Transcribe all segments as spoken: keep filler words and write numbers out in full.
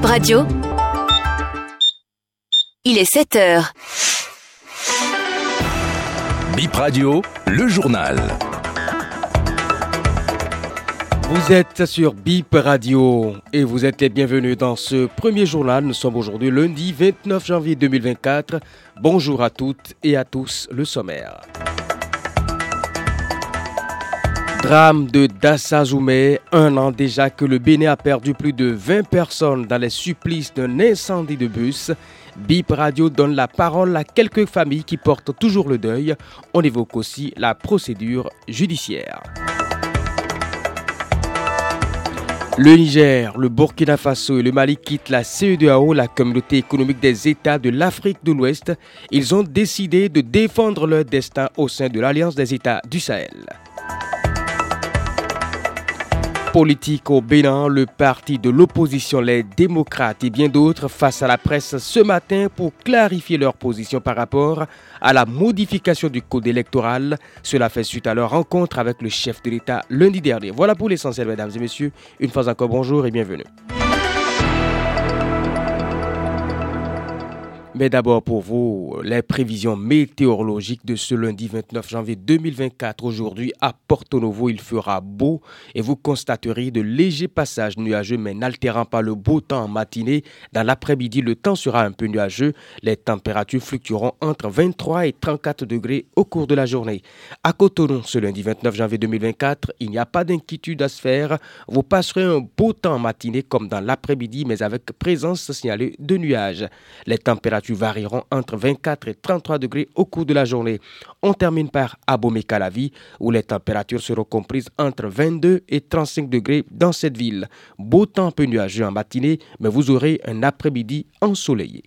Bip Radio. Il est sept heures. Bip Radio, le journal. Vous êtes sur Bip Radio et vous êtes les bienvenus dans ce premier journal. Nous sommes aujourd'hui lundi vingt-neuf janvier deux mille vingt-quatre. Bonjour à toutes et à tous, le sommaire. Drame de Dassazoumé, un an déjà que le Bénin a perdu plus de vingt personnes dans les supplices d'un incendie de bus. Bip Radio donne la parole à quelques familles qui portent toujours le deuil. On évoque aussi la procédure judiciaire. Le Niger, le Burkina Faso et le Mali quittent la C E D E A O, la communauté économique des États de l'Afrique de l'Ouest. Ils ont décidé de défendre leur destin au sein de l'Alliance des États du Sahel. Politique au Bénin, le parti de l'opposition, les démocrates et bien d'autres face à la presse ce matin pour clarifier leur position par rapport à la modification du code électoral. Cela fait suite à leur rencontre avec le chef de l'État lundi dernier. Voilà pour l'essentiel, mesdames et messieurs. Une fois encore, bonjour et bienvenue. Mais d'abord pour vous, les prévisions météorologiques de ce lundi vingt-neuf janvier deux mille vingt-quatre. Aujourd'hui, à Porto Novo, il fera beau et vous constaterez de légers passages nuageux, mais n'altérant pas le beau temps en matinée. Dans l'après-midi, le temps sera un peu nuageux. Les températures fluctueront entre vingt-trois et trente-quatre degrés au cours de la journée. À Cotonou, ce lundi vingt-neuf janvier deux mille vingt-quatre, il n'y a pas d'inquiétude à se faire. Vous passerez un beau temps en matinée comme dans l'après-midi, mais avec présence signalée de nuages. Les températures varieront entre vingt-quatre et trente-trois degrés au cours de la journée. On termine par Abomey-Calavi, où les températures seront comprises entre vingt-deux et trente-cinq degrés dans cette ville. Beau temps peu nuageux en matinée, mais vous aurez un après-midi ensoleillé.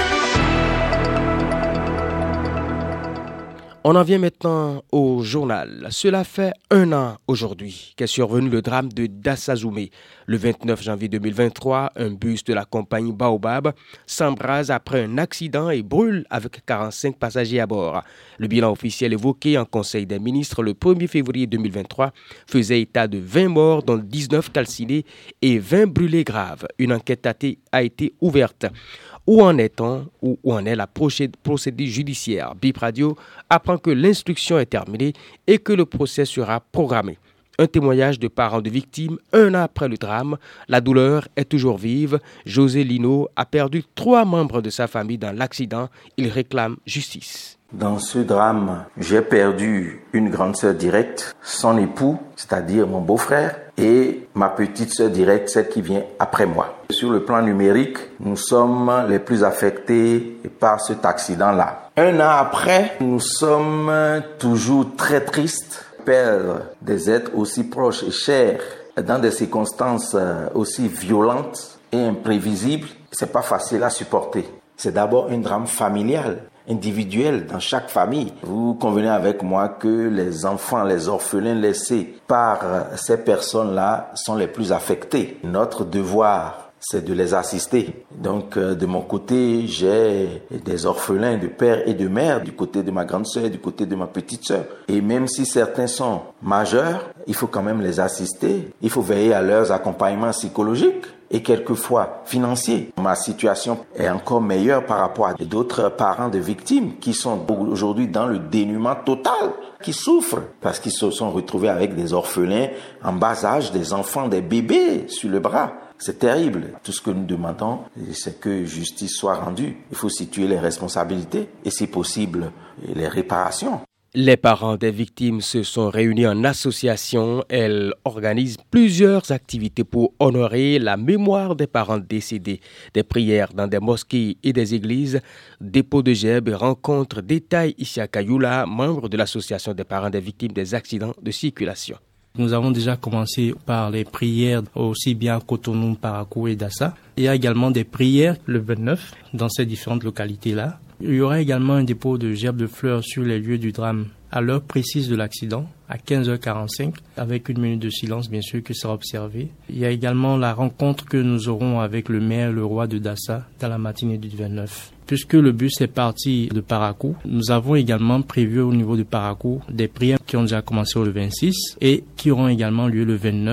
On en vient maintenant au journal. Cela fait un an aujourd'hui qu'est survenu le drame de Dassazoumé. Le vingt-neuf janvier deux mille vingt-trois, un bus de la compagnie Baobab s'embrase après un accident et brûle avec quarante-cinq passagers à bord. Le bilan officiel évoqué en Conseil des ministres le premier février deux mille vingt-trois faisait état de vingt morts, dont dix-neuf calcinés et vingt brûlés graves. Une enquête a été ouverte. Où en est-on, ou où en est la procédure judiciaire? Bip Radio apprend que l'instruction est terminée et que le procès sera programmé. Un témoignage de parents de victimes un an après le drame. La douleur est toujours vive. José Lino a perdu trois membres de sa famille dans l'accident. Il réclame justice. Dans ce drame, j'ai perdu une grande sœur directe, son époux, c'est-à-dire mon beau-frère, et ma petite sœur directe, celle qui vient après moi. Sur le plan numérique, nous sommes les plus affectés par cet accident-là. Un an après, nous sommes toujours très tristes. Perdre des êtres aussi proches et chers dans des circonstances aussi violentes et imprévisibles, c'est pas facile à supporter. C'est d'abord un drame familial, individuel dans chaque famille. Vous convenez avec moi que les enfants, les orphelins laissés par ces personnes-là sont les plus affectés. Notre devoir, c'est de les assister. Donc, euh, de mon côté, j'ai des orphelins de père et de mère, du côté de ma grande sœur et du côté de ma petite sœur. Et même si certains sont majeurs, il faut quand même les assister. Il faut veiller à leurs accompagnements psychologiques et quelquefois financiers. Ma situation est encore meilleure par rapport à d'autres parents de victimes qui sont aujourd'hui dans le dénuement total, qui souffrent parce qu'ils se sont retrouvés avec des orphelins en bas âge, des enfants, des bébés sur le bras. C'est terrible. Tout ce que nous demandons, c'est que justice soit rendue. Il faut situer les responsabilités et, si possible, les réparations. Les parents des victimes se sont réunis en association. Elles organisent plusieurs activités pour honorer la mémoire des parents décédés. Des prières dans des mosquées et des églises, dépôt de gerbes et rencontres détaillent ici à Kayoula, membre de l'association des parents des victimes des accidents de circulation. Nous avons déjà commencé par les prières aussi bien à Cotonou, Parakou et Dassa. Il y a également des prières le vingt-neuf dans ces différentes localités-là. Il y aura également un dépôt de gerbes de fleurs sur les lieux du drame à l'heure précise de l'accident, à quinze heures quarante-cinq, avec une minute de silence bien sûr qui sera observée. Il y a également la rencontre que nous aurons avec le maire, le roi de Dassa, dans la matinée du vingt-neuf. Puisque le bus est parti de Parakou, nous avons également prévu au niveau de Parakou des prières qui ont déjà commencé le vingt-six et qui auront également lieu le vingt-neuf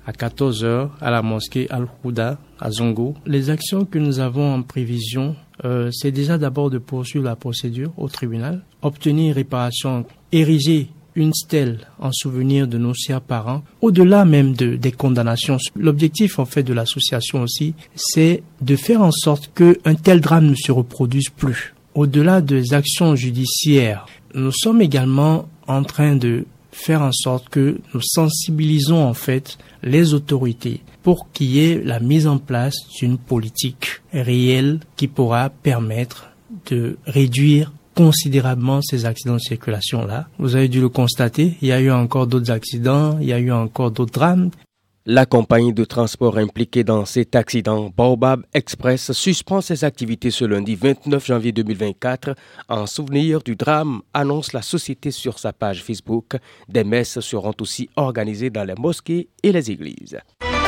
à quatorze heures à la mosquée Al-Houda à Zongo. Les actions que nous avons en prévision, euh, c'est déjà d'abord de poursuivre la procédure au tribunal, obtenir réparation, ériger une stèle en souvenir de nos chers parents, au-delà même de, des condamnations. L'objectif, en fait, de l'association aussi, c'est de faire en sorte qu'un tel drame ne se reproduise plus. Au-delà des actions judiciaires, nous sommes également en train de faire en sorte que nous sensibilisons, en fait, les autorités pour qu'il y ait la mise en place d'une politique réelle qui pourra permettre de réduire considérablement ces accidents de circulation-là. Vous avez dû le constater, il y a eu encore d'autres accidents, il y a eu encore d'autres drames. La compagnie de transport impliquée dans cet accident, Baobab Express, suspend ses activités ce lundi vingt-neuf janvier deux mille vingt-quatre. En souvenir du drame, annonce la société sur sa page Facebook. Des messes seront aussi organisées dans les mosquées et les églises.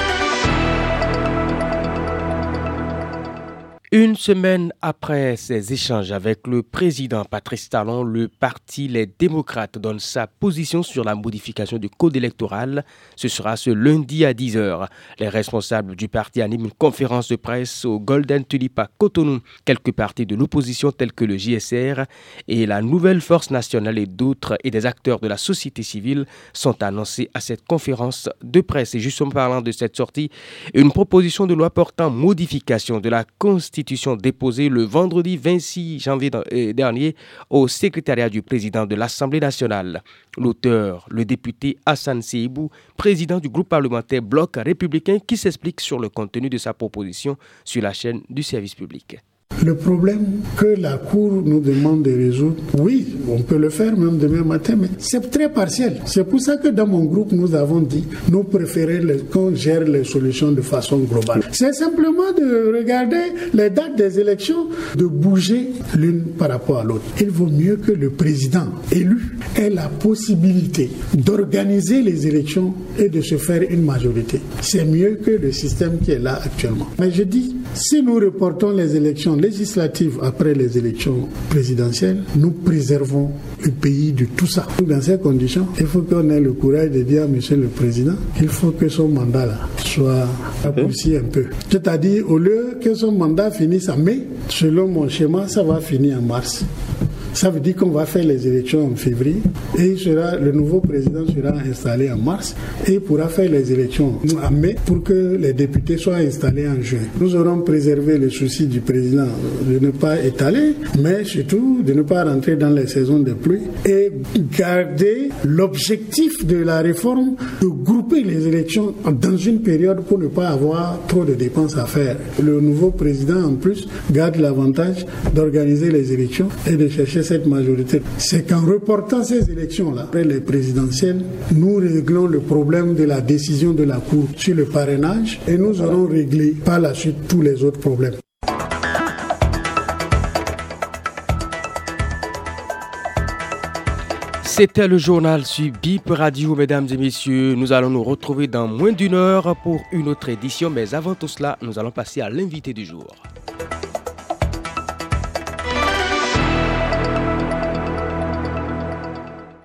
Une semaine après ces échanges avec le président Patrice Talon, le parti Les Démocrates donne sa position sur la modification du code électoral. Ce sera ce lundi à dix heures. Les responsables du parti animent une conférence de presse au Golden Tulip à Cotonou. Quelques partis de l'opposition tels que le J S R et la Nouvelle Force Nationale et d'autres et des acteurs de la société civile sont annoncés à cette conférence de presse. Et justement parlant de cette sortie, une proposition de loi portant modification de la Constitution déposée le vendredi vingt-six janvier dernier au secrétariat du président de l'Assemblée nationale. L'auteur, le député Hassan Seibou, président du groupe parlementaire Bloc républicain, qui s'explique sur le contenu de sa proposition sur la chaîne du service public. Le problème que la Cour nous demande de résoudre, oui, on peut le faire même demain matin, mais c'est très partiel. C'est pour ça que dans mon groupe, nous avons dit, nous préférons les, qu'on gère les solutions de façon globale. C'est simplement de regarder les dates des élections, de bouger l'une par rapport à l'autre. Il vaut mieux que le président élu ait la possibilité d'organiser les élections et de se faire une majorité. C'est mieux que le système qui est là actuellement. Mais je dis, si nous reportons les élections législatives après les élections présidentielles, nous préservons le pays de tout ça. Dans ces conditions, il faut qu'on ait le courage de dire à M. le Président qu'il faut que son mandat là soit raccourci un peu. C'est-à-dire, au lieu que son mandat finisse en mai, selon mon schéma, ça va finir en mars. Ça veut dire qu'on va faire les élections en février et il sera, le nouveau président sera installé en mars et il pourra faire les élections en mai pour que les députés soient installés en juin. Nous aurons préservé le souci du président de ne pas étaler, mais surtout de ne pas rentrer dans les saisons de pluie et garder l'objectif de la réforme de grouper les élections dans une période pour ne pas avoir trop de dépenses à faire. Le nouveau président en plus garde l'avantage d'organiser les élections et de chercher cette majorité. C'est qu'en reportant ces élections-là, après les présidentielles, nous réglons le problème de la décision de la Cour sur le parrainage et nous aurons réglé par la suite tous les autres problèmes. C'était le journal sur Bip Radio, mesdames et messieurs. Nous allons nous retrouver dans moins d'une heure pour une autre édition. Mais avant tout cela, nous allons passer à l'invité du jour.